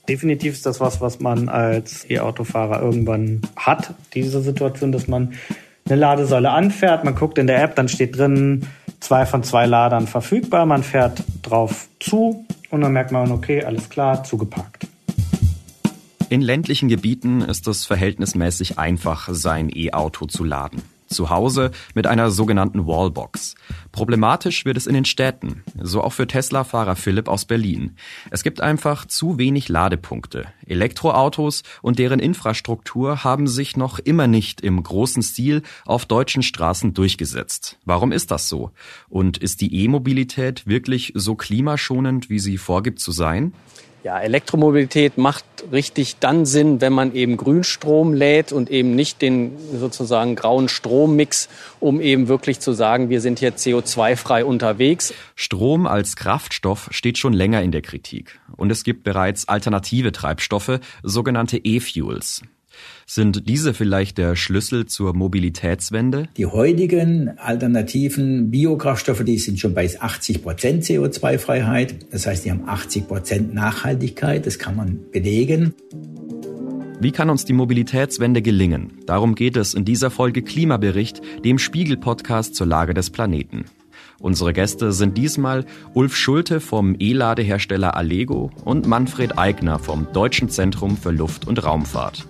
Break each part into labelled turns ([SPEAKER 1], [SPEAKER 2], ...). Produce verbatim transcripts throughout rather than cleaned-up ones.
[SPEAKER 1] Definitiv ist das was, was man als E-Autofahrer irgendwann hat, diese Situation, dass man eine Ladesäule anfährt, man guckt in der App, dann steht drin, zwei von zwei Ladern verfügbar, man fährt drauf zu und dann merkt man, okay, alles klar, zugeparkt.
[SPEAKER 2] In ländlichen Gebieten ist es verhältnismäßig einfach, sein E-Auto zu laden. Zu Hause mit einer sogenannten Wallbox. Problematisch wird es in den Städten, so auch für Tesla-Fahrer Philipp aus Berlin. Es gibt einfach zu wenig Ladepunkte. Elektroautos und deren Infrastruktur haben sich noch immer nicht im großen Stil auf deutschen Straßen durchgesetzt. Warum ist das so? Und ist die E-Mobilität wirklich so klimaschonend, wie sie vorgibt zu sein?
[SPEAKER 3] Ja, Elektromobilität macht richtig dann Sinn, wenn man eben Grünstrom lädt und eben nicht den sozusagen grauen Strommix, um eben wirklich zu sagen, wir sind hier C O zwei frei unterwegs.
[SPEAKER 2] Strom als Kraftstoff steht schon länger in der Kritik. Und es gibt bereits alternative Treibstoffe, sogenannte E-Fuels. Sind diese vielleicht der Schlüssel zur Mobilitätswende?
[SPEAKER 4] Die heutigen alternativen Biokraftstoffe, die sind schon bei achtzig Prozent C O zwei Freiheit. Das heißt, die haben achtzig Prozent Nachhaltigkeit. Das kann man belegen.
[SPEAKER 2] Wie kann uns die Mobilitätswende gelingen? Darum geht es in dieser Folge Klimabericht, dem Spiegel-Podcast zur Lage des Planeten. Unsere Gäste sind diesmal Ulf Schulte vom E-Ladehersteller Allego und Manfred Aigner vom Deutschen Zentrum für Luft- und Raumfahrt.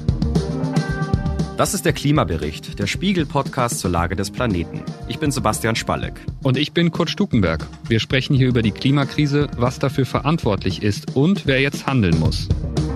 [SPEAKER 2] Das ist der Klimabericht, der Spiegel-Podcast zur Lage des Planeten. Ich bin Sebastian Spalleck.
[SPEAKER 5] Und ich bin Kurt Stukenberg. Wir sprechen hier über die Klimakrise, was dafür verantwortlich ist und wer jetzt handeln muss.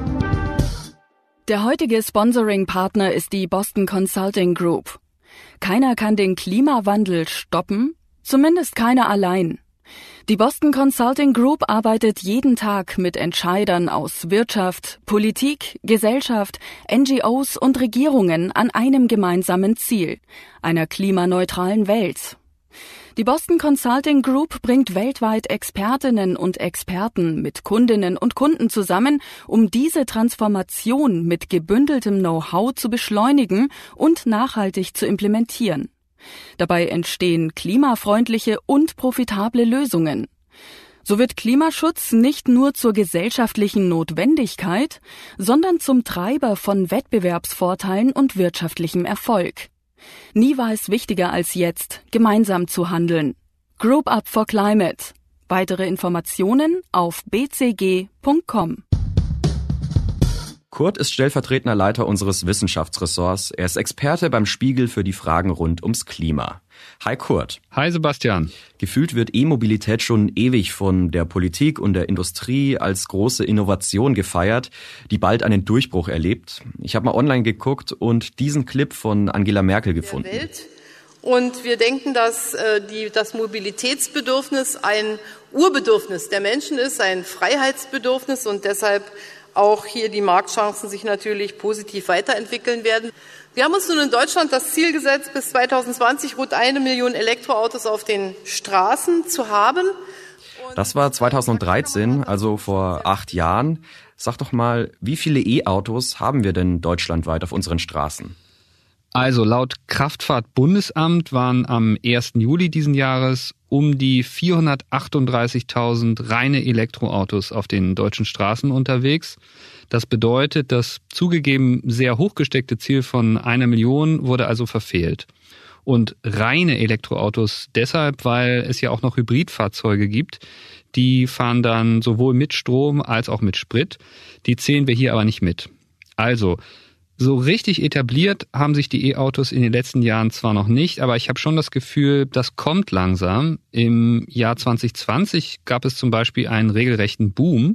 [SPEAKER 6] Der heutige Sponsoring-Partner ist die Boston Consulting Group. Keiner kann den Klimawandel stoppen, zumindest keiner allein. Die Boston Consulting Group arbeitet jeden Tag mit Entscheidern aus Wirtschaft, Politik, Gesellschaft, N G Os und Regierungen an einem gemeinsamen Ziel, einer klimaneutralen Welt. Die Boston Consulting Group bringt weltweit Expertinnen und Experten mit Kundinnen und Kunden zusammen, um diese Transformation mit gebündeltem Know-how zu beschleunigen und nachhaltig zu implementieren. Dabei entstehen klimafreundliche und profitable Lösungen. So wird Klimaschutz nicht nur zur gesellschaftlichen Notwendigkeit, sondern zum Treiber von Wettbewerbsvorteilen und wirtschaftlichem Erfolg. Nie war es wichtiger als jetzt, gemeinsam zu handeln. Group Up for Climate. Weitere Informationen auf b c g punkt com.
[SPEAKER 2] Kurt ist stellvertretender Leiter unseres Wissenschaftsressorts. Er ist Experte beim Spiegel für die Fragen rund ums Klima. Hi Kurt.
[SPEAKER 5] Hi Sebastian.
[SPEAKER 2] Gefühlt wird E-Mobilität schon ewig von der Politik und der Industrie als große Innovation gefeiert, die bald einen Durchbruch erlebt. Ich habe mal online geguckt und diesen Clip von Angela Merkel gefunden.
[SPEAKER 7] Welt. Und wir denken, dass äh, die, das Mobilitätsbedürfnis ein Urbedürfnis der Menschen ist, ein Freiheitsbedürfnis und deshalb auch hier die Marktchancen sich natürlich positiv weiterentwickeln werden. Wir haben uns nun in Deutschland das Ziel gesetzt, bis zwanzig zwanzig rund eine Million Elektroautos auf den Straßen zu haben.
[SPEAKER 2] Und das war zweitausenddreizehn, also vor acht Jahren. Sag doch mal, wie viele E-Autos haben wir denn deutschlandweit auf unseren Straßen?
[SPEAKER 5] Also laut Kraftfahrtbundesamt waren am ersten Juli diesen Jahres um die vierhundertachtunddreißigtausend reine Elektroautos auf den deutschen Straßen unterwegs. Das bedeutet, das zugegeben sehr hochgesteckte Ziel von einer Million wurde also verfehlt. Und reine Elektroautos deshalb, weil es ja auch noch Hybridfahrzeuge gibt. Die fahren dann sowohl mit Strom als auch mit Sprit. Die zählen wir hier aber nicht mit. Also so richtig etabliert haben sich die E-Autos in den letzten Jahren zwar noch nicht, aber ich habe schon das Gefühl, das kommt langsam. Im Jahr zwanzig zwanzig gab es zum Beispiel einen regelrechten Boom.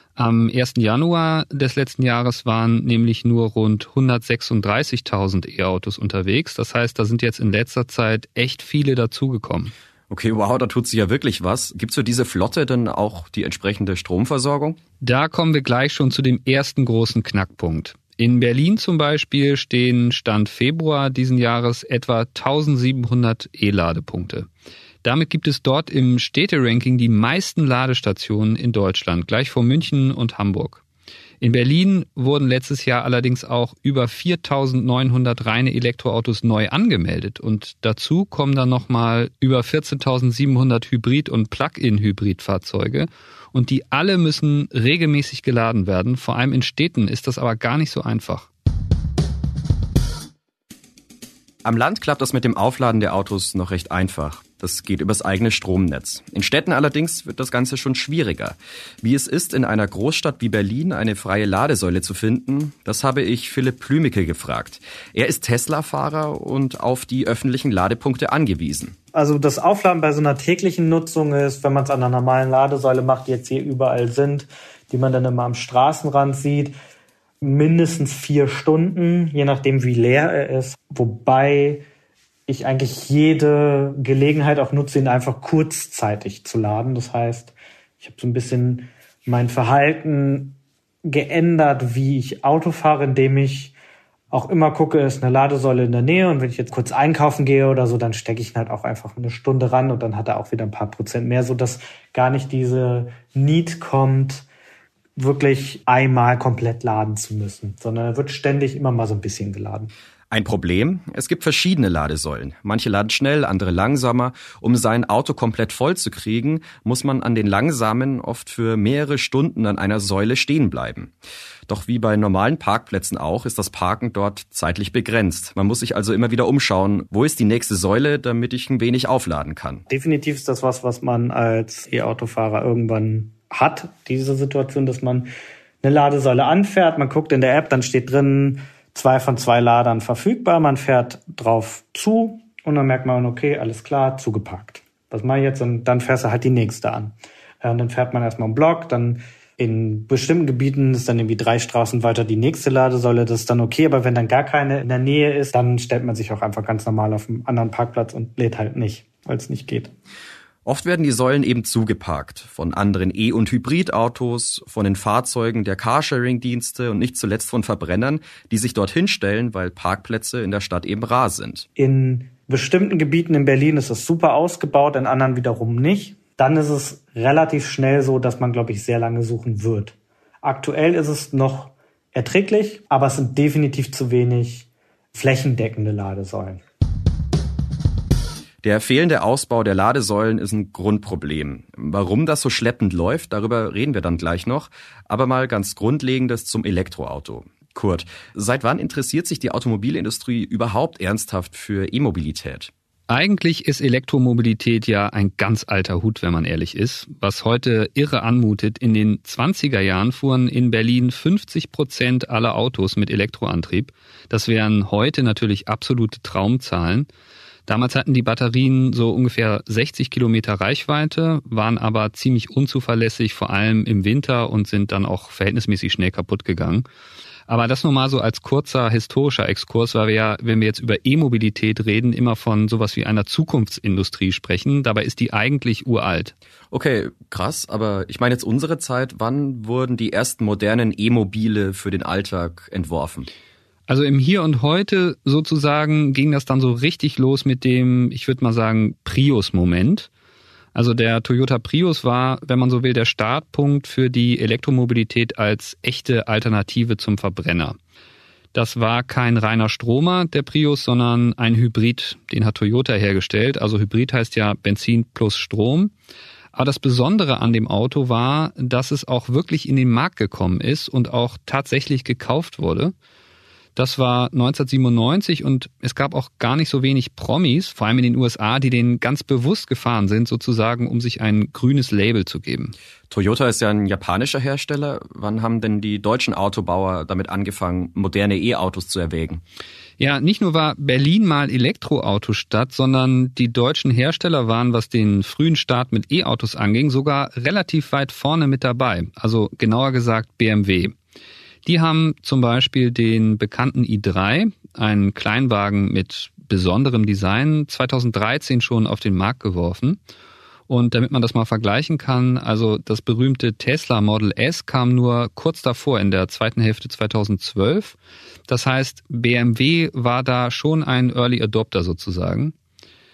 [SPEAKER 5] Am ersten Januar des letzten Jahres waren nämlich nur rund hundertsechsunddreißigtausend E-Autos unterwegs. Das heißt, da sind jetzt in letzter Zeit echt viele dazugekommen.
[SPEAKER 2] Okay, wow, da tut sich ja wirklich was. Gibt's für diese Flotte denn auch die entsprechende Stromversorgung?
[SPEAKER 5] Da kommen wir gleich schon zu dem ersten großen Knackpunkt. In Berlin zum Beispiel stehen Stand Februar diesen Jahres etwa eintausendsiebenhundert E-Ladepunkte. Damit gibt es dort im Städteranking die meisten Ladestationen in Deutschland, gleich vor München und Hamburg. In Berlin wurden letztes Jahr allerdings auch über viertausendneunhundert reine Elektroautos neu angemeldet. Und dazu kommen dann nochmal über vierzehntausendsiebenhundert Hybrid- und Plug-in-Hybrid-Fahrzeuge. Und die alle müssen regelmäßig geladen werden. Vor allem in Städten ist das aber gar nicht so einfach.
[SPEAKER 2] Am Land klappt das mit dem Aufladen der Autos noch recht einfach. Das geht übers eigene Stromnetz. In Städten allerdings wird das Ganze schon schwieriger. Wie es ist, in einer Großstadt wie Berlin eine freie Ladesäule zu finden, das habe ich Philipp Plümecke gefragt. Er ist Tesla-Fahrer und auf die öffentlichen Ladepunkte angewiesen.
[SPEAKER 1] Also das Aufladen bei so einer täglichen Nutzung ist, wenn man es an einer normalen Ladesäule macht, die jetzt hier überall sind, die man dann immer am Straßenrand sieht, mindestens vier Stunden, je nachdem wie leer er ist. Wobei ich eigentlich jede Gelegenheit auch nutze, ihn einfach kurzzeitig zu laden. Das heißt, ich habe so ein bisschen mein Verhalten geändert, wie ich Auto fahre, indem ich auch immer gucke, ist eine Ladesäule in der Nähe. Und wenn ich jetzt kurz einkaufen gehe oder so, dann stecke ich ihn halt auch einfach eine Stunde ran und dann hat er auch wieder ein paar Prozent mehr, sodass gar nicht diese Need kommt, wirklich einmal komplett laden zu müssen, sondern er wird ständig immer mal so ein bisschen geladen.
[SPEAKER 2] Ein Problem? Es gibt verschiedene Ladesäulen. Manche laden schnell, andere langsamer. Um sein Auto komplett voll zu kriegen, muss man an den langsamen oft für mehrere Stunden an einer Säule stehen bleiben. Doch wie bei normalen Parkplätzen auch, ist das Parken dort zeitlich begrenzt. Man muss sich also immer wieder umschauen, wo ist die nächste Säule, damit ich ein wenig aufladen kann.
[SPEAKER 1] Definitiv ist das was, was man als E-Autofahrer irgendwann hat, diese Situation, dass man eine Ladesäule anfährt, man guckt in der App, dann steht drin, zwei von zwei Ladern verfügbar, man fährt drauf zu und dann merkt man, okay, alles klar, zugeparkt. Was mache ich jetzt? Und dann fährst du halt die nächste an. Und dann fährt man erstmal einen Block, dann in bestimmten Gebieten ist dann irgendwie drei Straßen weiter die nächste Ladesäule, das ist dann okay, aber wenn dann gar keine in der Nähe ist, dann stellt man sich auch einfach ganz normal auf einem anderen Parkplatz und lädt halt nicht, weil es nicht geht.
[SPEAKER 2] Oft werden die Säulen eben zugeparkt von anderen E- und Hybridautos, von den Fahrzeugen der Carsharing-Dienste und nicht zuletzt von Verbrennern, die sich dorthin stellen, weil Parkplätze in der Stadt eben rar sind.
[SPEAKER 1] In bestimmten Gebieten in Berlin ist es super ausgebaut, in anderen wiederum nicht. Dann ist es relativ schnell so, dass man, glaube ich, sehr lange suchen wird. Aktuell ist es noch erträglich, aber es sind definitiv zu wenig flächendeckende Ladesäulen.
[SPEAKER 2] Der fehlende Ausbau der Ladesäulen ist ein Grundproblem. Warum das so schleppend läuft, darüber reden wir dann gleich noch. Aber mal ganz Grundlegendes zum Elektroauto. Kurt, seit wann interessiert sich die Automobilindustrie überhaupt ernsthaft für E-Mobilität?
[SPEAKER 5] Eigentlich ist Elektromobilität ja ein ganz alter Hut, wenn man ehrlich ist. Was heute irre anmutet, in den zwanziger Jahren fuhren in Berlin fünfzig Prozent aller Autos mit Elektroantrieb. Das wären heute natürlich absolute Traumzahlen. Damals hatten die Batterien so ungefähr sechzig Kilometer Reichweite, waren aber ziemlich unzuverlässig, vor allem im Winter, und sind dann auch verhältnismäßig schnell kaputt gegangen. Aber das nur mal so als kurzer historischer Exkurs, weil wir ja, wenn wir jetzt über E-Mobilität reden, immer von sowas wie einer Zukunftsindustrie sprechen. Dabei ist die eigentlich uralt.
[SPEAKER 2] Okay, krass, aber ich meine jetzt unsere Zeit. Wann wurden die ersten modernen E-Mobile für den Alltag entworfen?
[SPEAKER 5] Also im Hier und Heute sozusagen ging das dann so richtig los mit dem, ich würde mal sagen, Prius-Moment. Also der Toyota Prius war, wenn man so will, der Startpunkt für die Elektromobilität als echte Alternative zum Verbrenner. Das war kein reiner Stromer, der Prius, sondern ein Hybrid, den hat Toyota hergestellt. Also Hybrid heißt ja Benzin plus Strom. Aber das Besondere an dem Auto war, dass es auch wirklich in den Markt gekommen ist und auch tatsächlich gekauft wurde. Das war neunzehnhundertsiebenundneunzig und es gab auch gar nicht so wenig Promis, vor allem in den U S A, die den ganz bewusst gefahren sind, sozusagen, um sich ein grünes Label zu geben.
[SPEAKER 2] Toyota ist ja ein japanischer Hersteller. Wann haben denn die deutschen Autobauer damit angefangen, moderne E-Autos zu erwägen?
[SPEAKER 5] Ja, nicht nur war Berlin mal Elektroautostadt, sondern die deutschen Hersteller waren, was den frühen Start mit E-Autos anging, sogar relativ weit vorne mit dabei. Also genauer gesagt B M W. Die haben zum Beispiel den bekannten i drei, einen Kleinwagen mit besonderem Design, zweitausenddreizehn schon auf den Markt geworfen. Und damit man das mal vergleichen kann, also das berühmte Tesla Model S kam nur kurz davor, in der zweiten Hälfte zweitausendzwölf. Das heißt, B M W war da schon ein Early Adopter sozusagen.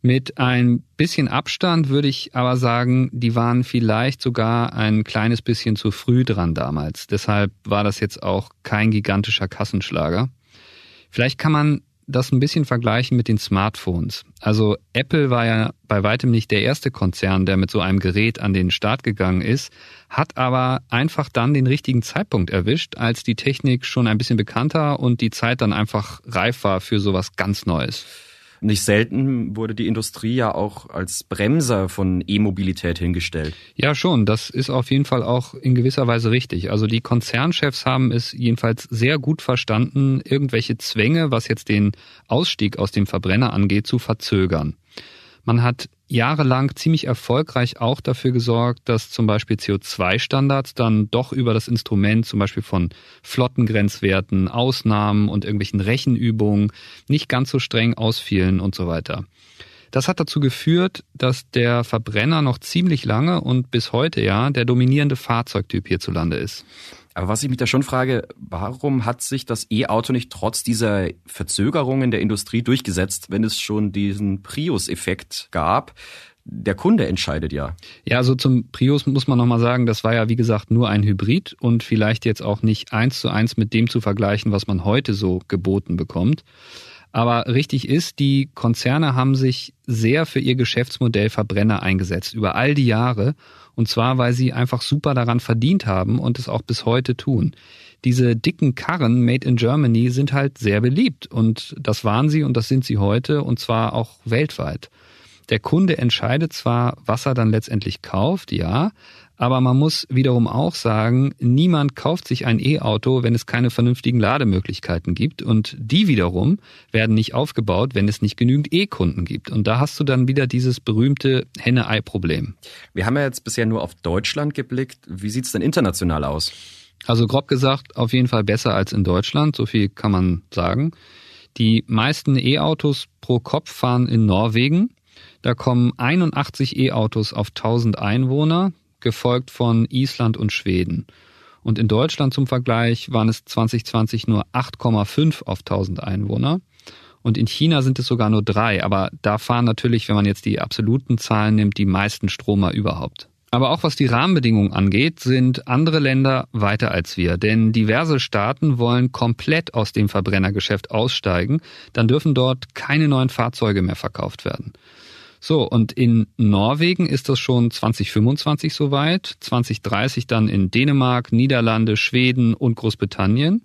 [SPEAKER 5] Mit ein bisschen Abstand würde ich aber sagen, die waren vielleicht sogar ein kleines bisschen zu früh dran damals. Deshalb war das jetzt auch kein gigantischer Kassenschlager. Vielleicht kann man das ein bisschen vergleichen mit den Smartphones. Also Apple war ja bei weitem nicht der erste Konzern, der mit so einem Gerät an den Start gegangen ist, hat aber einfach dann den richtigen Zeitpunkt erwischt, als die Technik schon ein bisschen bekannter und die Zeit dann einfach reif war für sowas ganz Neues.
[SPEAKER 2] Nicht selten wurde die Industrie ja auch als Bremser von E-Mobilität hingestellt.
[SPEAKER 5] Ja, schon. Das ist auf jeden Fall auch in gewisser Weise richtig. Also die Konzernchefs haben es jedenfalls sehr gut verstanden, irgendwelche Zwänge, was jetzt den Ausstieg aus dem Verbrenner angeht, zu verzögern. Man hat jahrelang ziemlich erfolgreich auch dafür gesorgt, dass zum Beispiel C O zwei Standards dann doch über das Instrument zum Beispiel von Flottengrenzwerten, Ausnahmen und irgendwelchen Rechenübungen nicht ganz so streng ausfielen und so weiter. Das hat dazu geführt, dass der Verbrenner noch ziemlich lange und bis heute ja der dominierende Fahrzeugtyp hierzulande ist.
[SPEAKER 2] Aber was ich mich da schon frage, warum hat sich das E-Auto nicht trotz dieser Verzögerungen der Industrie durchgesetzt, wenn es schon diesen Prius-Effekt gab? Der Kunde entscheidet ja.
[SPEAKER 5] Ja, also zum Prius muss man nochmal sagen, das war ja wie gesagt nur ein Hybrid und vielleicht jetzt auch nicht eins zu eins mit dem zu vergleichen, was man heute so geboten bekommt. Aber richtig ist, die Konzerne haben sich sehr für ihr Geschäftsmodell Verbrenner eingesetzt, über all die Jahre. Und zwar, weil sie einfach super daran verdient haben und es auch bis heute tun. Diese dicken Karren made in Germany sind halt sehr beliebt. Und das waren sie und das sind sie heute und zwar auch weltweit. Der Kunde entscheidet zwar, was er dann letztendlich kauft, ja, aber man muss wiederum auch sagen, niemand kauft sich ein E-Auto, wenn es keine vernünftigen Lademöglichkeiten gibt. Und die wiederum werden nicht aufgebaut, wenn es nicht genügend E-Kunden gibt. Und da hast du dann wieder dieses berühmte Henne-Ei-Problem.
[SPEAKER 2] Wir haben ja jetzt bisher nur auf Deutschland geblickt. Wie sieht's denn international aus?
[SPEAKER 5] Also grob gesagt, auf jeden Fall besser als in Deutschland, so viel kann man sagen. Die meisten E-Autos pro Kopf fahren in Norwegen. Da kommen einundachtzig E-Autos auf tausend Einwohner, gefolgt von Island und Schweden. Und in Deutschland zum Vergleich waren es zwanzig zwanzig nur acht Komma fünf auf tausend Einwohner. Und in China sind es sogar nur drei. Aber da fahren natürlich, wenn man jetzt die absoluten Zahlen nimmt, die meisten Stromer überhaupt. Aber auch was die Rahmenbedingungen angeht, sind andere Länder weiter als wir. Denn diverse Staaten wollen komplett aus dem Verbrennergeschäft aussteigen. Dann dürfen dort keine neuen Fahrzeuge mehr verkauft werden. So, und in Norwegen ist das schon zwanzig fünfundzwanzig soweit, zwanzig dreißig dann in Dänemark, Niederlande, Schweden und Großbritannien.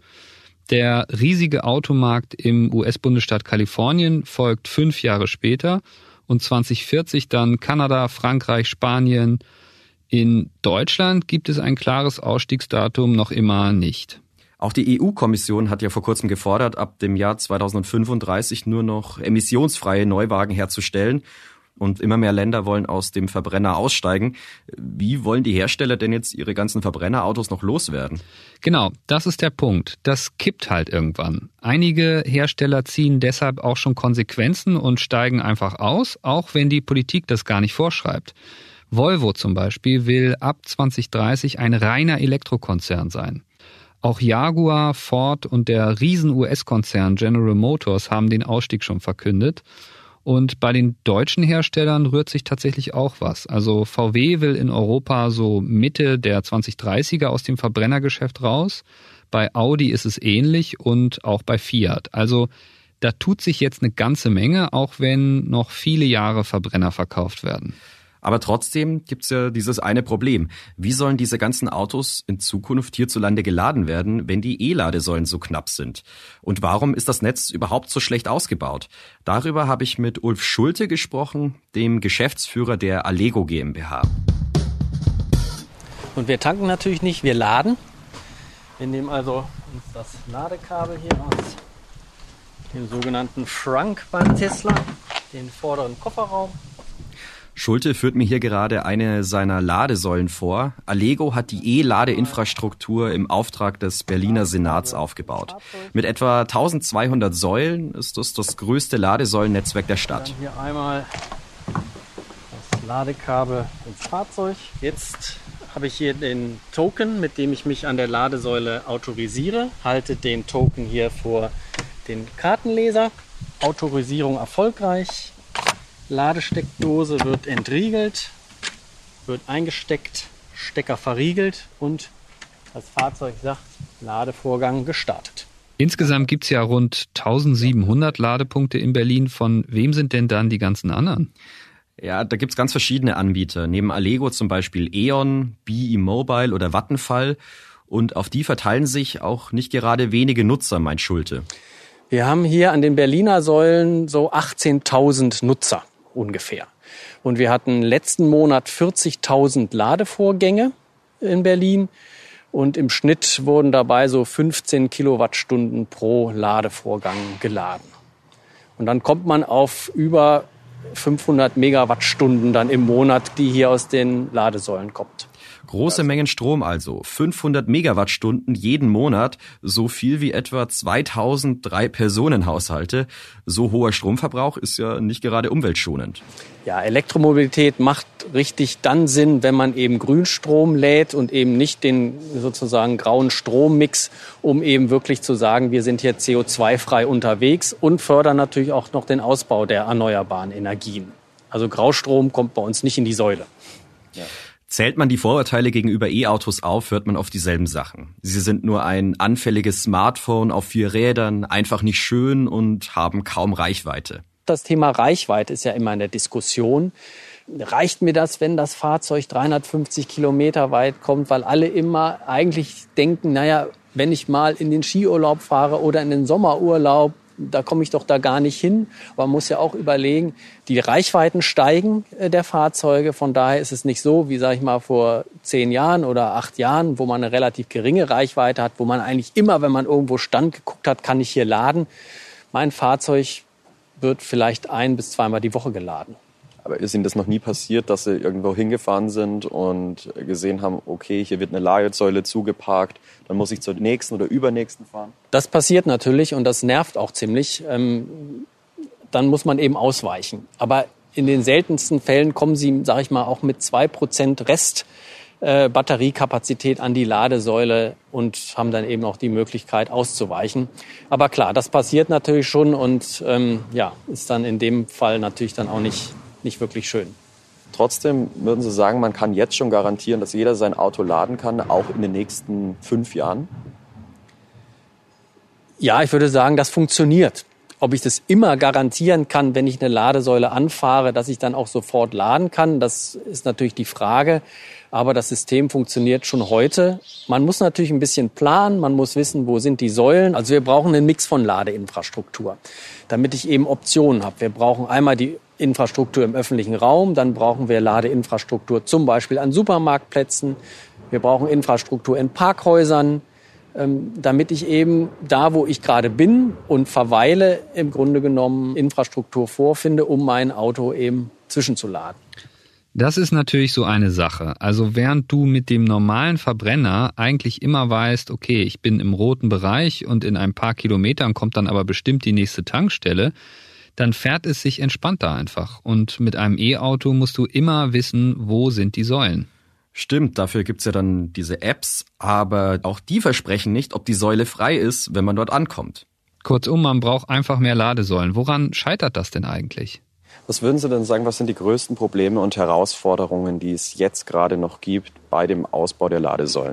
[SPEAKER 5] Der riesige Automarkt im U S-Bundesstaat Kalifornien folgt fünf Jahre später und zwanzig vierzig dann Kanada, Frankreich, Spanien. In Deutschland gibt es ein klares Ausstiegsdatum noch immer nicht.
[SPEAKER 2] Auch die E U-Kommission hat ja vor kurzem gefordert, ab dem Jahr zweitausendfünfunddreißig nur noch emissionsfreie Neuwagen herzustellen. Und immer mehr Länder wollen aus dem Verbrenner aussteigen. Wie wollen die Hersteller denn jetzt ihre ganzen Verbrennerautos noch loswerden?
[SPEAKER 5] Genau, das ist der Punkt. Das kippt halt irgendwann. Einige Hersteller ziehen deshalb auch schon Konsequenzen und steigen einfach aus, auch wenn die Politik das gar nicht vorschreibt. Volvo zum Beispiel will ab zwanzig dreißig ein reiner Elektrokonzern sein. Auch Jaguar, Ford und der riesen U S-Konzern General Motors haben den Ausstieg schon verkündet. Und bei den deutschen Herstellern rührt sich tatsächlich auch was. Also V W will in Europa so Mitte der zwanzig dreißiger aus dem Verbrennergeschäft raus. Bei Audi ist es ähnlich und auch bei Fiat. Also da tut sich jetzt eine ganze Menge, auch wenn noch viele Jahre Verbrenner verkauft werden.
[SPEAKER 2] Aber trotzdem gibt's ja dieses eine Problem. Wie sollen diese ganzen Autos in Zukunft hierzulande geladen werden, wenn die E-Ladesäulen so knapp sind? Und warum ist das Netz überhaupt so schlecht ausgebaut? Darüber habe ich mit Ulf Schulte gesprochen, dem Geschäftsführer der Allego GmbH.
[SPEAKER 3] Und wir tanken natürlich nicht, wir laden. Wir nehmen also uns das Ladekabel hier aus dem sogenannten Trunk beim Tesla, den vorderen Kofferraum.
[SPEAKER 2] Schulte führt mir hier gerade eine seiner Ladesäulen vor. Allego hat die E-Ladeinfrastruktur im Auftrag des Berliner Senats aufgebaut. Mit etwa eintausendzweihundert Säulen ist das das größte Ladesäulennetzwerk der Stadt.
[SPEAKER 3] Dann hier einmal das Ladekabel ins Fahrzeug. Jetzt habe ich hier den Token, mit dem ich mich an der Ladesäule autorisiere. Halte den Token hier vor den Kartenleser. Autorisierung erfolgreich. Ladesteckdose wird entriegelt, wird eingesteckt, Stecker verriegelt und das Fahrzeug sagt, Ladevorgang gestartet.
[SPEAKER 5] Insgesamt gibt es ja rund eintausendsiebenhundert Ladepunkte in Berlin. Von wem sind denn dann die ganzen anderen?
[SPEAKER 2] Ja, da gibt's ganz verschiedene Anbieter. Neben Allego zum Beispiel E.ON, B E Mobile oder Vattenfall. Und auf die verteilen sich auch nicht gerade wenige Nutzer, meint Schulte.
[SPEAKER 3] Wir haben hier an den Berliner Säulen so achtzehntausend Nutzer ungefähr. Und wir hatten letzten Monat vierzigtausend Ladevorgänge in Berlin. Und im Schnitt wurden dabei so fünfzehn Kilowattstunden pro Ladevorgang geladen. Und dann kommt man auf über fünfhundert Megawattstunden dann im Monat, die hier aus den Ladesäulen kommt.
[SPEAKER 2] Große Mengen Strom also, fünfhundert Megawattstunden jeden Monat, so viel wie etwa zweitausend Drei-Personen-Haushalte. So hoher Stromverbrauch ist ja nicht gerade umweltschonend.
[SPEAKER 3] Ja, Elektromobilität macht richtig dann Sinn, wenn man eben Grünstrom lädt und eben nicht den sozusagen grauen Strommix, um eben wirklich zu sagen, wir sind hier C O zwei frei unterwegs und fördern natürlich auch noch den Ausbau der erneuerbaren Energien. Also Graustrom kommt bei uns nicht in die Säule.
[SPEAKER 2] Ja. Zählt man die Vorurteile gegenüber E-Autos auf, hört man auf dieselben Sachen. Sie sind nur ein anfälliges Smartphone auf vier Rädern, einfach nicht schön und haben kaum Reichweite.
[SPEAKER 3] Das Thema Reichweite ist ja immer in der Diskussion. Reicht mir das, wenn das Fahrzeug dreihundertfünfzig Kilometer weit kommt? Weil alle immer eigentlich denken, naja, wenn ich mal in den Skiurlaub fahre oder in den Sommerurlaub, da komme ich doch da gar nicht hin. Aber man muss ja auch überlegen, die Reichweiten steigen der Fahrzeuge. Von daher ist es nicht so, wie sage ich mal vor zehn Jahren oder acht Jahren, wo man eine relativ geringe Reichweite hat, wo man eigentlich immer, wenn man irgendwo stand, geguckt hat, kann ich hier laden. Mein Fahrzeug wird vielleicht ein- bis zweimal die Woche geladen.
[SPEAKER 8] Aber ist Ihnen das noch nie passiert, dass Sie irgendwo hingefahren sind und gesehen haben, okay, hier wird eine Ladesäule zugeparkt, dann muss ich zur nächsten oder übernächsten fahren?
[SPEAKER 3] Das passiert natürlich und das nervt auch ziemlich. Ähm, dann muss man eben ausweichen. Aber in den seltensten Fällen kommen Sie, sage ich mal, auch mit zwei Prozent Rest äh, Batteriekapazität an die Ladesäule und haben dann eben auch die Möglichkeit auszuweichen. Aber klar, das passiert natürlich schon und ähm, ja, ist dann in dem Fall natürlich dann auch nicht nicht wirklich schön.
[SPEAKER 8] Trotzdem würden Sie sagen, man kann jetzt schon garantieren, dass jeder sein Auto laden kann, auch in den nächsten fünf Jahren?
[SPEAKER 3] Ja, ich würde sagen, das funktioniert. Ob ich das immer garantieren kann, wenn ich eine Ladesäule anfahre, dass ich dann auch sofort laden kann, das ist natürlich die Frage. Aber das System funktioniert schon heute. Man muss natürlich ein bisschen planen, man muss wissen, wo sind die Säulen. Also wir brauchen einen Mix von Ladeinfrastruktur, damit ich eben Optionen habe. Wir brauchen einmal die Infrastruktur im öffentlichen Raum, dann brauchen wir Ladeinfrastruktur zum Beispiel an Supermarktplätzen. Wir brauchen Infrastruktur in Parkhäusern, damit ich eben da, wo ich gerade bin und verweile, im Grunde genommen Infrastruktur vorfinde, um mein Auto eben zwischenzuladen.
[SPEAKER 5] Das ist natürlich so eine Sache. Also während du mit dem normalen Verbrenner eigentlich immer weißt, okay, ich bin im roten Bereich und in ein paar Kilometern kommt dann aber bestimmt die nächste Tankstelle, dann fährt es sich entspannter einfach. Und mit einem E-Auto musst du immer wissen, wo sind die Säulen.
[SPEAKER 2] Stimmt, dafür gibt's ja dann diese Apps, aber auch die versprechen nicht, ob die Säule frei ist, wenn man dort ankommt.
[SPEAKER 5] Kurzum, man braucht einfach mehr Ladesäulen. Woran scheitert das denn eigentlich?
[SPEAKER 8] Was würden Sie denn sagen, was sind die größten Probleme und Herausforderungen, die es jetzt gerade noch gibt bei dem Ausbau der Ladesäulen?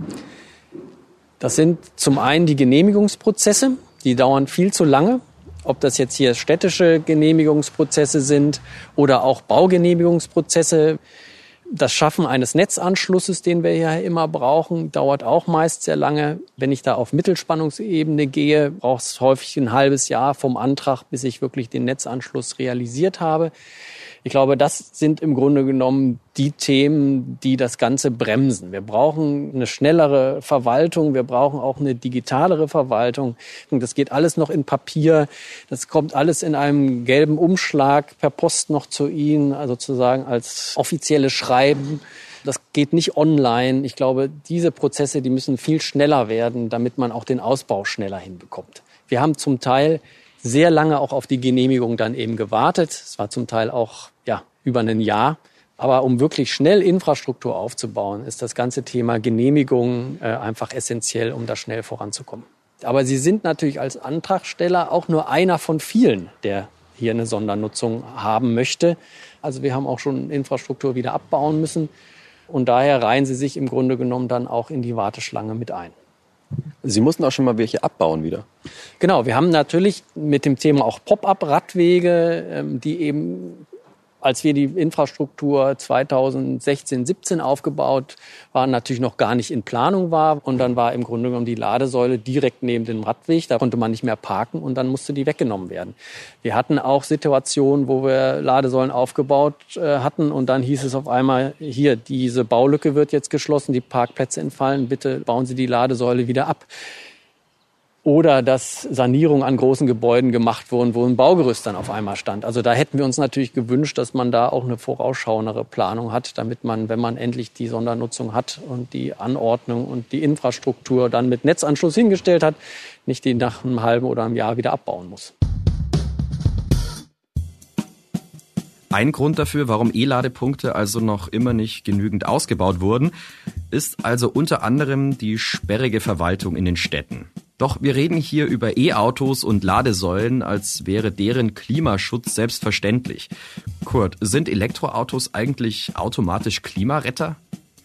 [SPEAKER 3] Das sind zum einen die Genehmigungsprozesse, die dauern viel zu lange. Ob das jetzt hier städtische Genehmigungsprozesse sind oder auch Baugenehmigungsprozesse. Das Schaffen eines Netzanschlusses, den wir ja immer brauchen, dauert auch meist sehr lange. Wenn ich da auf Mittelspannungsebene gehe, braucht es häufig ein halbes Jahr vom Antrag, bis ich wirklich den Netzanschluss realisiert habe. Ich glaube, das sind im Grunde genommen die Themen, die das Ganze bremsen. Wir brauchen eine schnellere Verwaltung, wir brauchen auch eine digitalere Verwaltung. Und das geht alles noch in Papier, das kommt alles in einem gelben Umschlag per Post noch zu Ihnen, also sozusagen als offizielles Schreiben. Das geht nicht online. Ich glaube, diese Prozesse, die müssen viel schneller werden, damit man auch den Ausbau schneller hinbekommt. Wir haben zum Teil sehr lange auch auf die Genehmigung dann eben gewartet. Es war zum Teil auch ja über ein Jahr. Aber um wirklich schnell Infrastruktur aufzubauen, ist das ganze Thema Genehmigung äh, einfach essentiell, um da schnell voranzukommen. Aber Sie sind natürlich als Antragsteller auch nur einer von vielen, der hier eine Sondernutzung haben möchte. Also wir haben auch schon Infrastruktur wieder abbauen müssen. Und daher reihen sie sich im Grunde genommen dann auch in die Warteschlange mit ein.
[SPEAKER 8] Sie mussten auch schon mal welche abbauen wieder?
[SPEAKER 3] Genau, wir haben natürlich mit dem Thema auch Pop-up-Radwege, die eben, als wir die Infrastruktur zweitausendsechzehn, siebzehn aufgebaut waren, natürlich noch gar nicht in Planung war. Und dann war im Grunde genommen die Ladesäule direkt neben dem Radweg. Da konnte man nicht mehr parken und dann musste die weggenommen werden. Wir hatten auch Situationen, wo wir Ladesäulen aufgebaut äh, hatten und dann hieß es auf einmal, hier, diese Baulücke wird jetzt geschlossen, die Parkplätze entfallen, bitte bauen Sie die Ladesäule wieder ab. Oder dass Sanierungen an großen Gebäuden gemacht wurden, wo ein Baugerüst dann auf einmal stand. Also da hätten wir uns natürlich gewünscht, dass man da auch eine vorausschauendere Planung hat, damit man, wenn man endlich die Sondernutzung hat und die Anordnung und die Infrastruktur dann mit Netzanschluss hingestellt hat, nicht die nach einem halben oder einem Jahr wieder abbauen muss.
[SPEAKER 2] Ein Grund dafür, warum E-Ladepunkte also noch immer nicht genügend ausgebaut wurden, ist also unter anderem die sperrige Verwaltung in den Städten. Doch wir reden hier über E-Autos und Ladesäulen, als wäre deren Klimaschutz selbstverständlich. Kurt, sind Elektroautos eigentlich automatisch Klimaretter?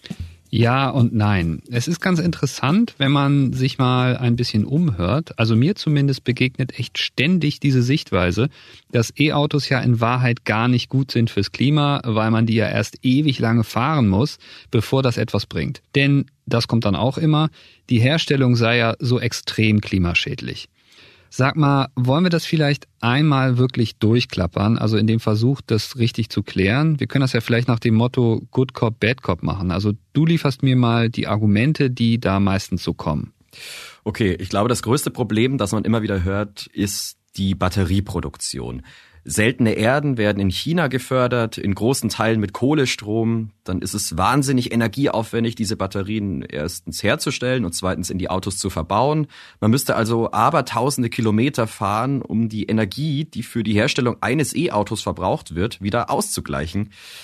[SPEAKER 5] Ja und nein. Es ist ganz interessant, wenn man sich mal ein bisschen umhört. Also mir zumindest begegnet echt ständig diese Sichtweise, dass E-Autos ja in Wahrheit gar nicht gut sind fürs Klima, weil man die ja erst ewig lange fahren muss, bevor das etwas bringt. Denn, das kommt dann auch immer, die Herstellung sei ja so extrem klimaschädlich. Sag mal, wollen wir das vielleicht einmal wirklich durchklappern, also in dem Versuch, das richtig zu klären? Wir können das ja vielleicht nach dem Motto Good Cop, Bad Cop machen. Also du lieferst mir mal die Argumente, die da meistens so kommen.
[SPEAKER 2] Okay, ich glaube, das größte Problem, das man immer wieder hört, ist die Batterieproduktion. Seltene Erden werden in China gefördert, in großen Teilen mit Kohlestrom. Dann ist es wahnsinnig energieaufwendig, diese Batterien erstens herzustellen und zweitens in die Autos zu verbauen. Man müsste also abertausende Kilometer fahren, um die Energie, die für die Herstellung eines E-Autos verbraucht wird, wieder auszugleichen.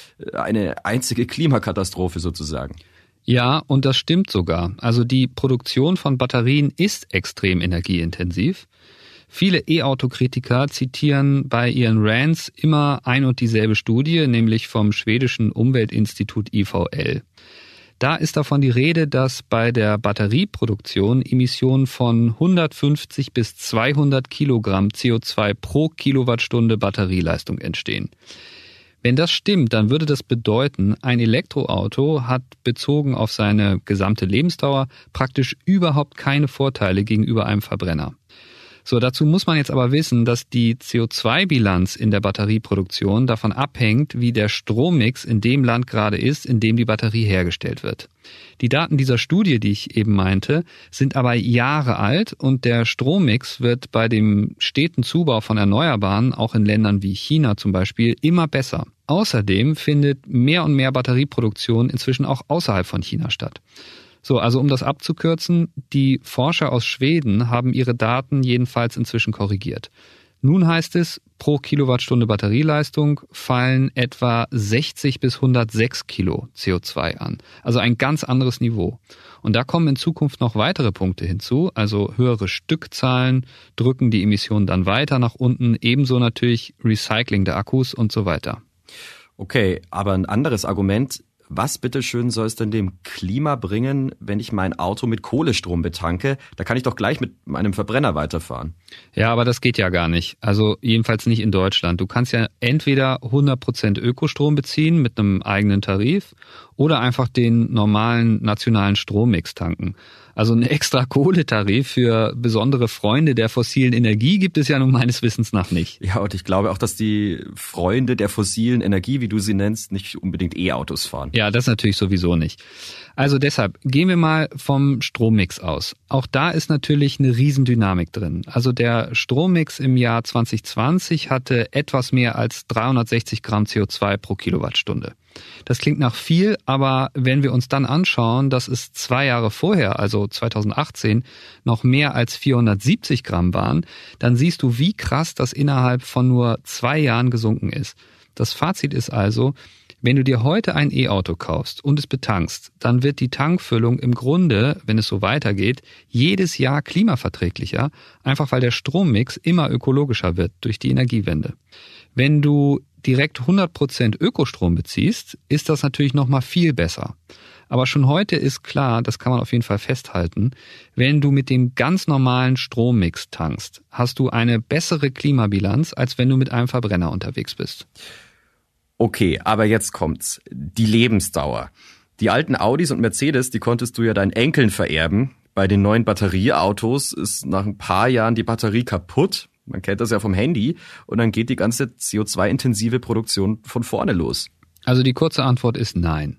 [SPEAKER 2] Eine einzige Klimakatastrophe sozusagen.
[SPEAKER 5] Ja, und das stimmt sogar. Also die Produktion von Batterien ist extrem energieintensiv. Viele E-Auto-Kritiker zitieren bei ihren Rants immer ein und dieselbe Studie, nämlich vom schwedischen Umweltinstitut I V L. Da ist davon die Rede, dass bei der Batterieproduktion Emissionen von hundertfünfzig bis zweihundert Kilogramm C O zwei pro Kilowattstunde Batterieleistung entstehen. Wenn das stimmt, dann würde das bedeuten, ein Elektroauto hat bezogen auf seine gesamte Lebensdauer praktisch überhaupt keine Vorteile gegenüber einem Verbrenner. So, dazu muss man jetzt aber wissen, dass die C O zwei Bilanz in der Batterieproduktion davon abhängt, wie der Strommix in dem Land gerade ist, in dem die Batterie hergestellt wird. Die Daten dieser Studie, die ich eben meinte, sind aber Jahre alt und der Strommix wird bei dem steten Zubau von Erneuerbaren, auch in Ländern wie China zum Beispiel, immer besser. Außerdem findet mehr und mehr Batterieproduktion inzwischen auch außerhalb von China statt. So, also um das abzukürzen, die Forscher aus Schweden haben ihre Daten jedenfalls inzwischen korrigiert. Nun heißt es, pro Kilowattstunde Batterieleistung fallen etwa sechzig bis hundertsechs Kilo C O zwei an. Also ein ganz anderes Niveau. Und da kommen in Zukunft noch weitere Punkte hinzu, also höhere Stückzahlen drücken die Emissionen dann weiter nach unten, ebenso natürlich Recycling der Akkus und so weiter.
[SPEAKER 2] Okay, aber ein anderes Argument: Was bitteschön soll es denn dem Klima bringen, wenn ich mein Auto mit Kohlestrom betanke? Da kann ich doch gleich mit meinem Verbrenner weiterfahren.
[SPEAKER 5] Ja, aber das geht ja gar nicht. Also jedenfalls nicht in Deutschland. Du kannst ja entweder hundert Prozent Ökostrom beziehen mit einem eigenen Tarif oder einfach den normalen nationalen Strommix tanken. Also einen extra Kohletarif für besondere Freunde der fossilen Energie gibt es ja nun meines Wissens nach nicht.
[SPEAKER 2] Ja, und ich glaube auch, dass die Freunde der fossilen Energie, wie du sie nennst, nicht unbedingt E-Autos fahren.
[SPEAKER 5] Ja, das natürlich sowieso nicht. Also deshalb gehen wir mal vom Strommix aus. Auch da ist natürlich eine Riesendynamik drin. Also der Strommix im Jahr zwanzig zwanzig hatte etwas mehr als dreihundertsechzig Gramm C O zwei pro Kilowattstunde. Das klingt nach viel, aber wenn wir uns dann anschauen, dass es zwei Jahre vorher, also zweitausendachtzehn, noch mehr als vierhundertsiebzig Gramm waren, dann siehst du, wie krass das innerhalb von nur zwei Jahren gesunken ist. Das Fazit ist also, Wenn du dir heute ein E-Auto kaufst und es betankst, dann wird die Tankfüllung im Grunde, wenn es so weitergeht, jedes Jahr klimaverträglicher, einfach weil der Strommix immer ökologischer wird durch die Energiewende. Wenn du direkt hundert Prozent Ökostrom beziehst, ist das natürlich nochmal viel besser. Aber schon heute ist klar, das kann man auf jeden Fall festhalten, wenn du mit dem ganz normalen Strommix tankst, hast du eine bessere Klimabilanz, als wenn du mit einem Verbrenner unterwegs bist.
[SPEAKER 2] Okay, aber jetzt kommt's. Die Lebensdauer. Die alten Audis und Mercedes, die konntest du ja deinen Enkeln vererben. Bei den neuen Batterieautos ist nach ein paar Jahren die Batterie kaputt. Man kennt das ja vom Handy. Und dann geht die ganze C O zwei intensive Produktion von vorne los.
[SPEAKER 5] Also die kurze Antwort ist nein.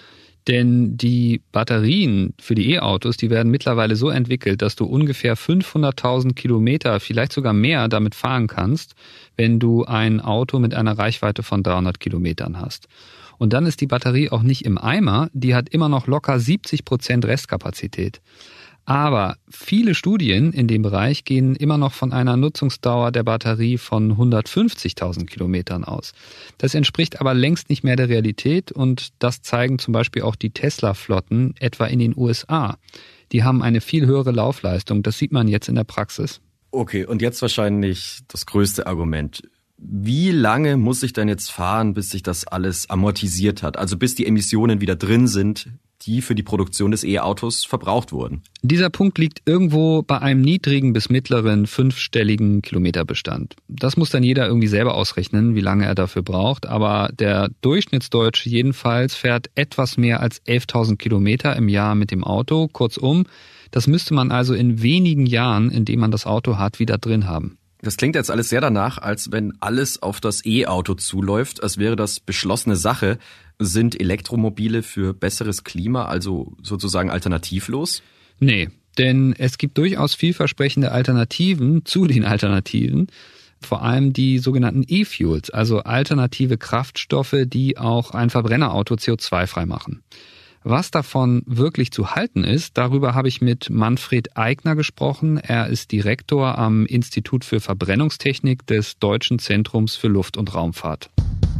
[SPEAKER 5] Denn die Batterien für die E-Autos, die werden mittlerweile so entwickelt, dass du ungefähr fünfhunderttausend Kilometer, vielleicht sogar mehr, damit fahren kannst, wenn du ein Auto mit einer Reichweite von dreihundert Kilometern hast. Und dann ist die Batterie auch nicht im Eimer, die hat immer noch locker siebzig Prozent Restkapazität. Aber viele Studien in dem Bereich gehen immer noch von einer Nutzungsdauer der Batterie von hundertfünfzigtausend Kilometern aus. Das entspricht aber längst nicht mehr der Realität und das zeigen zum Beispiel auch die Tesla-Flotten etwa in den U S A. Die haben eine viel höhere Laufleistung, das sieht man jetzt in der Praxis.
[SPEAKER 2] Okay, und jetzt wahrscheinlich das größte Argument. Wie lange muss ich denn jetzt fahren, bis sich das alles amortisiert hat? Also bis die Emissionen wieder drin sind, die für die Produktion des E-Autos verbraucht wurden?
[SPEAKER 5] Dieser Punkt liegt irgendwo bei einem niedrigen bis mittleren fünfstelligen Kilometerbestand. Das muss dann jeder irgendwie selber ausrechnen, wie lange er dafür braucht. Aber der Durchschnittsdeutsche jedenfalls fährt etwas mehr als elftausend Kilometer im Jahr mit dem Auto. Kurzum, das müsste man also in wenigen Jahren, in denen man das Auto hat, wieder drin haben.
[SPEAKER 2] Das klingt jetzt alles sehr danach, als wenn alles auf das E-Auto zuläuft, als wäre das beschlossene Sache. Sind Elektromobile für besseres Klima also sozusagen alternativlos?
[SPEAKER 5] Nee, denn es gibt durchaus vielversprechende Alternativen zu den Alternativen. Vor allem die sogenannten E-Fuels, also alternative Kraftstoffe, die auch ein Verbrennerauto C O zwei frei machen. Was davon wirklich zu halten ist, darüber habe ich mit Manfred Eigner gesprochen. Er ist Direktor am Institut für Verbrennungstechnik des Deutschen Zentrums für Luft- und Raumfahrt.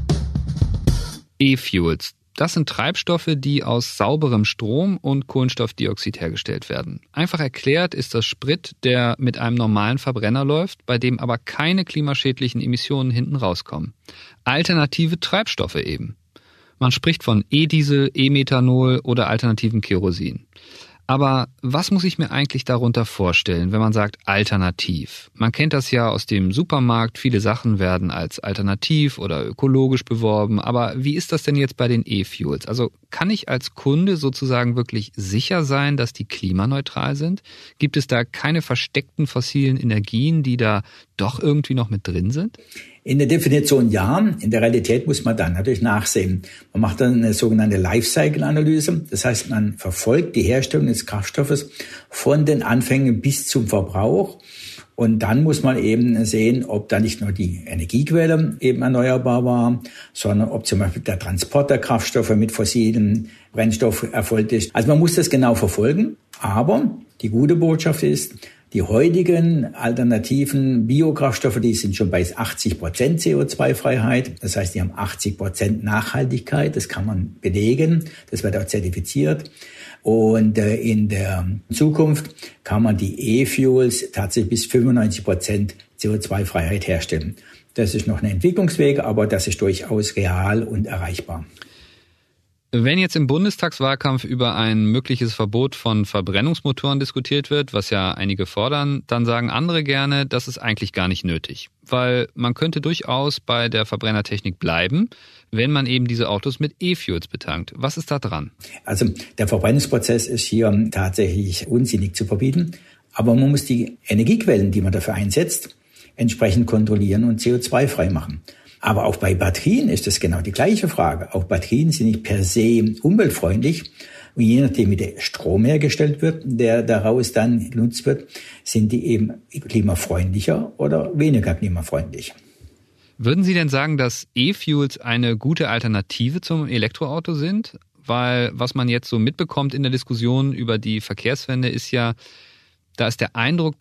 [SPEAKER 5] E-Fuels, das sind Treibstoffe, die aus sauberem Strom und Kohlenstoffdioxid hergestellt werden. Einfach erklärt ist das Sprit, der mit einem normalen Verbrenner läuft, bei dem aber keine klimaschädlichen Emissionen hinten rauskommen. Alternative Treibstoffe eben. Man spricht von E-Diesel, E-Methanol oder alternativen Kerosin. Aber was muss ich mir eigentlich darunter vorstellen, wenn man sagt alternativ? Man kennt das ja aus dem Supermarkt, viele Sachen werden als alternativ oder ökologisch beworben. Aber wie ist das denn jetzt bei den E-Fuels? Also kann ich als Kunde sozusagen wirklich sicher sein, dass die klimaneutral sind? Gibt es da keine versteckten fossilen Energien, die da doch irgendwie noch mit drin sind?
[SPEAKER 4] In der Definition ja, in der Realität muss man dann natürlich nachsehen. Man macht dann eine sogenannte Lifecycle-Analyse. Das heißt, man verfolgt die Herstellung des Kraftstoffes von den Anfängen bis zum Verbrauch. Und dann muss man eben sehen, ob da nicht nur die Energiequelle eben erneuerbar war, sondern ob zum Beispiel der Transport der Kraftstoffe mit fossilen Brennstoff erfolgt ist. Also man muss das genau verfolgen. Aber die gute Botschaft ist, die heutigen alternativen Biokraftstoffe, die sind schon bei achtzig Prozent C O zwei Freiheit. Das heißt, die haben achtzig Prozent Nachhaltigkeit. Das kann man belegen. Das wird auch zertifiziert. Und äh, in der Zukunft kann man die E-Fuels tatsächlich bis fünfundneunzig Prozent C O zwei Freiheit herstellen. Das ist noch ein Entwicklungsweg, aber das ist durchaus real und erreichbar.
[SPEAKER 5] Wenn jetzt im Bundestagswahlkampf über ein mögliches Verbot von Verbrennungsmotoren diskutiert wird, was ja einige fordern, dann sagen andere gerne, das ist eigentlich gar nicht nötig. Weil man könnte durchaus bei der Verbrennertechnik bleiben, wenn man eben diese Autos mit E-Fuels betankt. Was ist da dran?
[SPEAKER 4] Also der Verbrennungsprozess ist hier tatsächlich unsinnig zu verbieten. Aber man muss die Energiequellen, die man dafür einsetzt, entsprechend kontrollieren und C O zwei frei machen. Aber auch bei Batterien ist das genau die gleiche Frage. Auch Batterien sind nicht per se umweltfreundlich. Und je nachdem, wie der Strom hergestellt wird, der daraus dann genutzt wird, sind die eben klimafreundlicher oder weniger klimafreundlich.
[SPEAKER 5] Würden Sie denn sagen, dass E-Fuels eine gute Alternative zum Elektroauto sind? Weil was man jetzt so mitbekommt in der Diskussion über die Verkehrswende ist ja, da ist der Eindruck, dass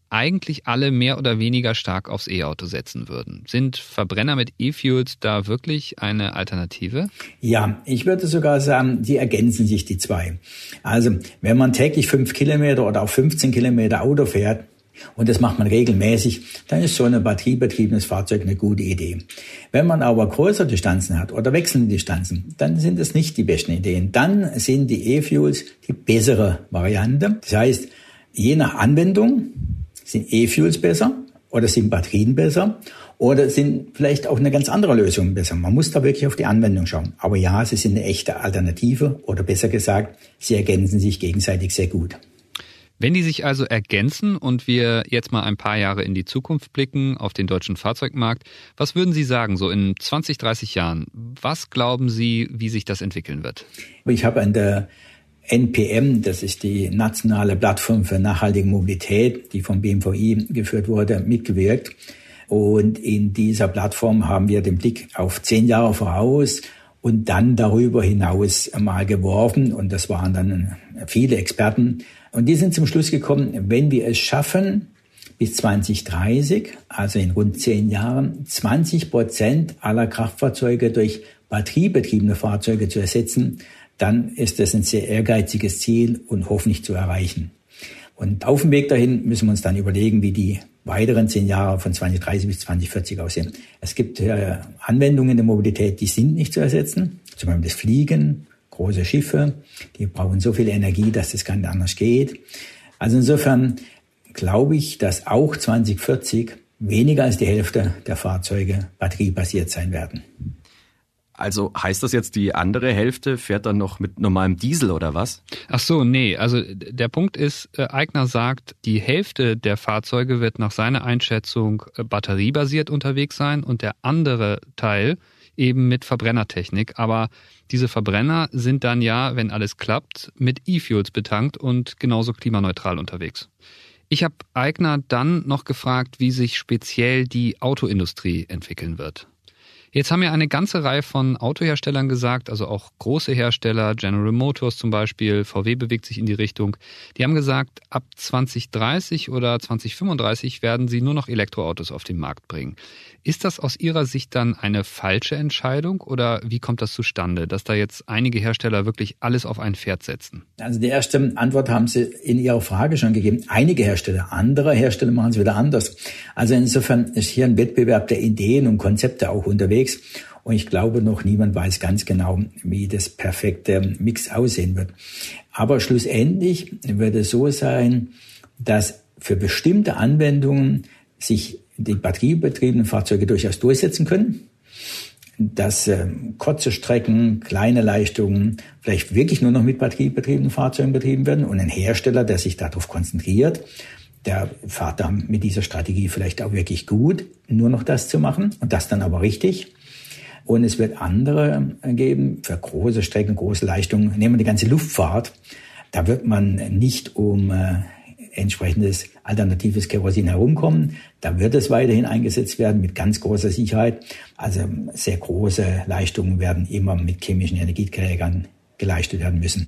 [SPEAKER 5] eigentlich alle mehr oder weniger stark aufs E-Auto setzen würden. Sind Verbrenner mit E-Fuels da wirklich eine Alternative?
[SPEAKER 4] Ja, ich würde sogar sagen, die ergänzen sich, die zwei. Also wenn man täglich fünf Kilometer oder auch fünfzehn Kilometer Auto fährt, und das macht man regelmäßig, dann ist so ein batteriebetriebenes Fahrzeug eine gute Idee. Wenn man aber größere Distanzen hat oder wechselnde Distanzen, dann sind es nicht die besten Ideen. Dann sind die E-Fuels die bessere Variante. Das heißt, je nach Anwendung sind E-Fuels besser oder sind Batterien besser oder sind vielleicht auch eine ganz andere Lösung besser. Man muss da wirklich auf die Anwendung schauen. Aber ja, sie sind eine echte Alternative oder besser gesagt, sie ergänzen sich gegenseitig sehr gut.
[SPEAKER 5] Wenn die sich also ergänzen und wir jetzt mal ein paar Jahre in die Zukunft blicken, auf den deutschen Fahrzeugmarkt, was würden Sie sagen, so in zwanzig, dreißig Jahren? Was glauben Sie, wie sich das entwickeln wird?
[SPEAKER 4] Ich habe an der N P M, das ist die nationale Plattform für nachhaltige Mobilität, die vom B M V I geführt wurde, mitgewirkt. Und in dieser Plattform haben wir den Blick auf zehn Jahre voraus und dann darüber hinaus mal geworfen. Und das waren dann viele Experten. Und die sind zum Schluss gekommen, wenn wir es schaffen, bis zwanzig dreißig, also in rund zehn Jahren, zwanzig Prozent aller Kraftfahrzeuge durch batteriebetriebene Fahrzeuge zu ersetzen, dann ist das ein sehr ehrgeiziges Ziel und hoffentlich zu erreichen. Und auf dem Weg dahin müssen wir uns dann überlegen, wie die weiteren zehn Jahre von zwanzig dreißig bis zwanzig vierzig aussehen. Es gibt äh, Anwendungen in der Mobilität, die sind nicht zu ersetzen, zum Beispiel das Fliegen. Große Schiffe, die brauchen so viel Energie, dass das gar nicht anders geht. Also insofern glaube ich, dass auch zwanzig vierzig weniger als die Hälfte der Fahrzeuge batteriebasiert sein werden.
[SPEAKER 2] Also heißt das jetzt, die andere Hälfte fährt dann noch mit normalem Diesel oder was?
[SPEAKER 5] Ach so, nee. Also der Punkt ist, Aigner sagt, die Hälfte der Fahrzeuge wird nach seiner Einschätzung batteriebasiert unterwegs sein und der andere Teil eben mit Verbrennertechnik. Aber diese Verbrenner sind dann ja, wenn alles klappt, mit E-Fuels betankt und genauso klimaneutral unterwegs. Ich habe Aigner dann noch gefragt, wie sich speziell die Autoindustrie entwickeln wird. Jetzt haben ja eine ganze Reihe von Autoherstellern gesagt, also auch große Hersteller, General Motors zum Beispiel, V W bewegt sich in die Richtung, die haben gesagt, ab zwanzig dreißig oder zwanzig fünfunddreißig werden sie nur noch Elektroautos auf den Markt bringen. Ist das aus Ihrer Sicht dann eine falsche Entscheidung oder wie kommt das zustande, dass da jetzt einige Hersteller wirklich alles auf ein Pferd setzen?
[SPEAKER 4] Also die erste Antwort haben Sie in Ihrer Frage schon gegeben. Einige Hersteller, andere Hersteller machen es wieder anders. Also insofern ist hier ein Wettbewerb der Ideen und Konzepte auch unterwegs. Und ich glaube, noch niemand weiß ganz genau, wie das perfekte Mix aussehen wird. Aber schlussendlich wird es so sein, dass für bestimmte Anwendungen sich die batteriebetriebenen Fahrzeuge durchaus durchsetzen können, dass äh, kurze Strecken, kleine Leistungen vielleicht wirklich nur noch mit batteriebetriebenen Fahrzeugen betrieben werden und ein Hersteller, der sich darauf konzentriert, der fährt dann mit dieser Strategie vielleicht auch wirklich gut, nur noch das zu machen und das dann aber richtig. Und es wird andere geben für große Strecken, große Leistungen. Nehmen wir die ganze Luftfahrt. Da wird man nicht um äh, entsprechendes alternatives Kerosin herumkommen. Da wird es weiterhin eingesetzt werden mit ganz großer Sicherheit. Also sehr große Leistungen werden immer mit chemischen Energieträgern geleistet werden müssen.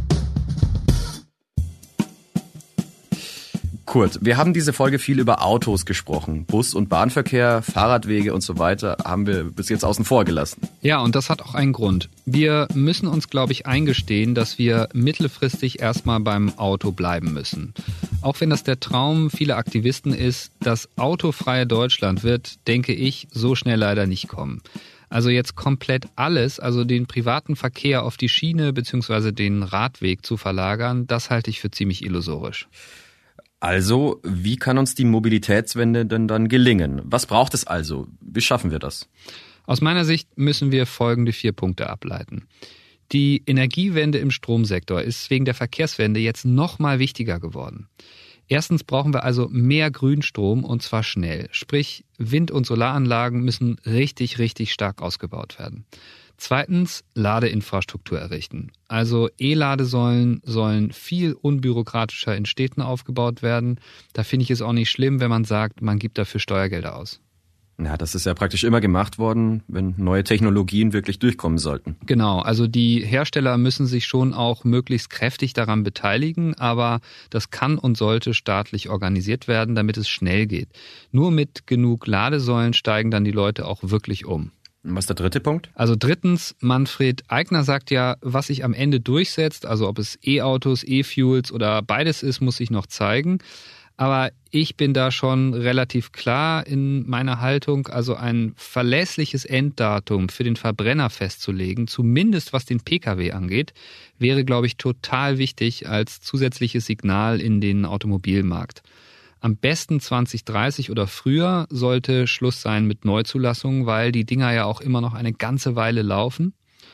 [SPEAKER 2] Kurt, wir haben diese Folge viel über Autos gesprochen. Bus- und Bahnverkehr, Fahrradwege und so weiter haben wir bis jetzt außen vor gelassen.
[SPEAKER 5] Ja, und das hat auch einen Grund. Wir müssen uns, glaube ich, eingestehen, dass wir mittelfristig erstmal beim Auto bleiben müssen. Auch wenn das der Traum vieler Aktivisten ist, das autofreie Deutschland wird, denke ich, so schnell leider nicht kommen. Also jetzt komplett alles, also den privaten Verkehr auf die Schiene bzw. den Radweg zu verlagern, das halte ich für ziemlich illusorisch.
[SPEAKER 2] Also, wie kann uns die Mobilitätswende denn dann gelingen? Was braucht es also? Wie schaffen wir das?
[SPEAKER 5] Aus meiner Sicht müssen wir folgende vier Punkte ableiten. Die Energiewende im Stromsektor ist wegen der Verkehrswende jetzt noch mal wichtiger geworden. Erstens brauchen wir also mehr Grünstrom und zwar schnell. Sprich, Wind- und Solaranlagen müssen richtig, richtig stark ausgebaut werden. Zweitens, Ladeinfrastruktur errichten. Also E-Ladesäulen sollen viel unbürokratischer in Städten aufgebaut werden. Da finde ich es auch nicht schlimm, wenn man sagt, man gibt dafür Steuergelder aus.
[SPEAKER 2] Ja, das ist ja praktisch immer gemacht worden, wenn neue Technologien wirklich durchkommen sollten.
[SPEAKER 5] Genau, also die Hersteller müssen sich schon auch möglichst kräftig daran beteiligen, aber das kann und sollte staatlich organisiert werden, damit es schnell geht. Nur mit genug Ladesäulen steigen dann die Leute auch wirklich um.
[SPEAKER 2] Und was ist der dritte Punkt?
[SPEAKER 5] Also drittens, Manfred Eigner sagt ja, was sich am Ende durchsetzt, also ob es E-Autos, E-Fuels oder beides ist, muss sich noch zeigen. Aber ich bin da schon relativ klar in meiner Haltung, also ein verlässliches Enddatum für den Verbrenner festzulegen, zumindest was den Pkw angeht, wäre, glaube ich, total wichtig als zusätzliches Signal in den Automobilmarkt. Am besten zwanzig dreißig oder früher sollte Schluss sein mit Neuzulassungen, weil die Dinger ja auch immer noch eine ganze Weile laufen.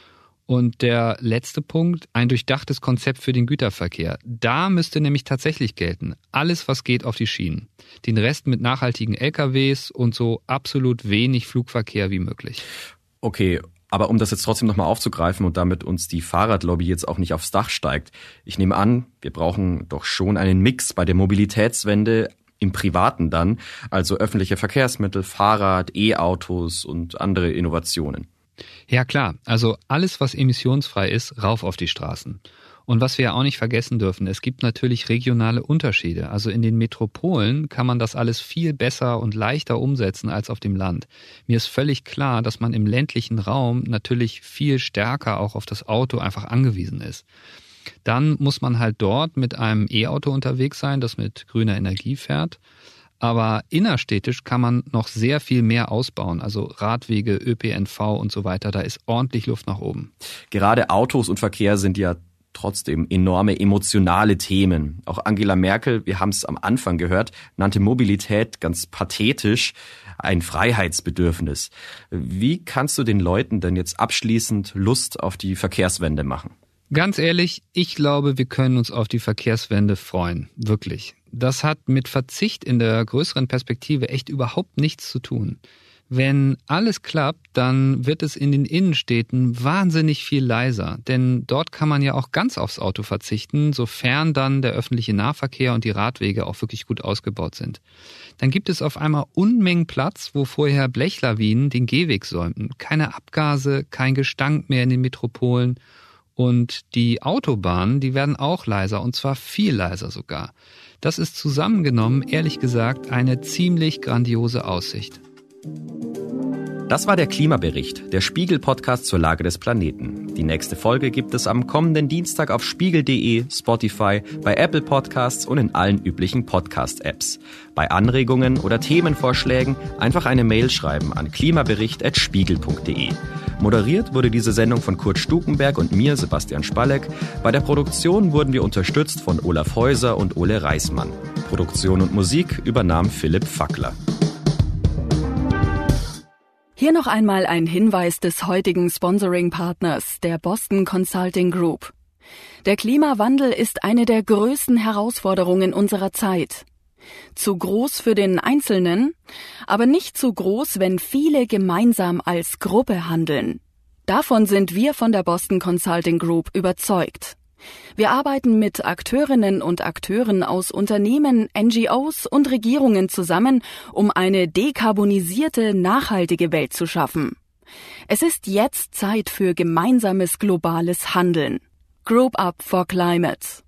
[SPEAKER 5] Und der letzte Punkt, ein durchdachtes Konzept für den Güterverkehr. Da müsste nämlich tatsächlich gelten, alles was geht auf die Schienen. Den Rest mit nachhaltigen L K Ws und so absolut wenig Flugverkehr wie möglich.
[SPEAKER 2] Okay, aber um das jetzt trotzdem nochmal aufzugreifen und damit uns die Fahrradlobby jetzt auch nicht aufs Dach steigt. Ich nehme an, wir brauchen doch schon einen Mix bei der Mobilitätswende im Privaten dann, also öffentliche Verkehrsmittel, Fahrrad, E-Autos und andere Innovationen.
[SPEAKER 5] Ja klar, also alles, was emissionsfrei ist, rauf auf die Straßen. Und was wir ja auch nicht vergessen dürfen, es gibt natürlich regionale Unterschiede. Also in den Metropolen kann man das alles viel besser und leichter umsetzen als auf dem Land. Mir ist völlig klar, dass man im ländlichen Raum natürlich viel stärker auch auf das Auto einfach angewiesen ist. Dann muss man halt dort mit einem E-Auto unterwegs sein, das mit grüner Energie fährt. Aber innerstädtisch kann man noch sehr viel mehr ausbauen, also Radwege, Ö P N V und so weiter, da ist ordentlich Luft nach oben.
[SPEAKER 2] Gerade Autos und Verkehr sind ja trotzdem enorme emotionale Themen. Auch Angela Merkel, wir haben es am Anfang gehört, nannte Mobilität ganz pathetisch ein Freiheitsbedürfnis. Wie kannst du den Leuten denn jetzt abschließend Lust auf die Verkehrswende machen?
[SPEAKER 5] Ganz ehrlich, ich glaube, wir können uns auf die Verkehrswende freuen. Wirklich. Das hat mit Verzicht in der größeren Perspektive echt überhaupt nichts zu tun. Wenn alles klappt, dann wird es in den Innenstädten wahnsinnig viel leiser. Denn dort kann man ja auch ganz aufs Auto verzichten, sofern dann der öffentliche Nahverkehr und die Radwege auch wirklich gut ausgebaut sind. Dann gibt es auf einmal Unmengen Platz, wo vorher Blechlawinen den Gehweg säumten. Keine Abgase, kein Gestank mehr in den Metropolen. Und die Autobahnen, die werden auch leiser, und zwar viel leiser sogar. Das ist zusammengenommen, ehrlich gesagt, eine ziemlich grandiose Aussicht.
[SPEAKER 2] Das war der Klimabericht, der Spiegel-Podcast zur Lage des Planeten. Die nächste Folge gibt es am kommenden Dienstag auf spiegel punkt de, Spotify, bei Apple Podcasts und in allen üblichen Podcast-Apps. Bei Anregungen oder Themenvorschlägen einfach eine Mail schreiben an klimabericht at spiegel punkt de. Moderiert wurde diese Sendung von Kurt Stukenberg und mir, Sebastian Spalleck. Bei der Produktion wurden wir unterstützt von Olaf Häuser und Ole Reismann. Produktion und Musik übernahm Philipp Fackler.
[SPEAKER 6] Hier noch einmal ein Hinweis des heutigen Sponsoring-Partners, der Boston Consulting Group. Der Klimawandel ist eine der größten Herausforderungen unserer Zeit. Zu groß für den Einzelnen, aber nicht zu groß, wenn viele gemeinsam als Gruppe handeln. Davon sind wir von der Boston Consulting Group überzeugt. Wir arbeiten mit Akteurinnen und Akteuren aus Unternehmen, N G Os und Regierungen zusammen, um eine dekarbonisierte, nachhaltige Welt zu schaffen. Es ist jetzt Zeit für gemeinsames globales Handeln. Group Up for Climate.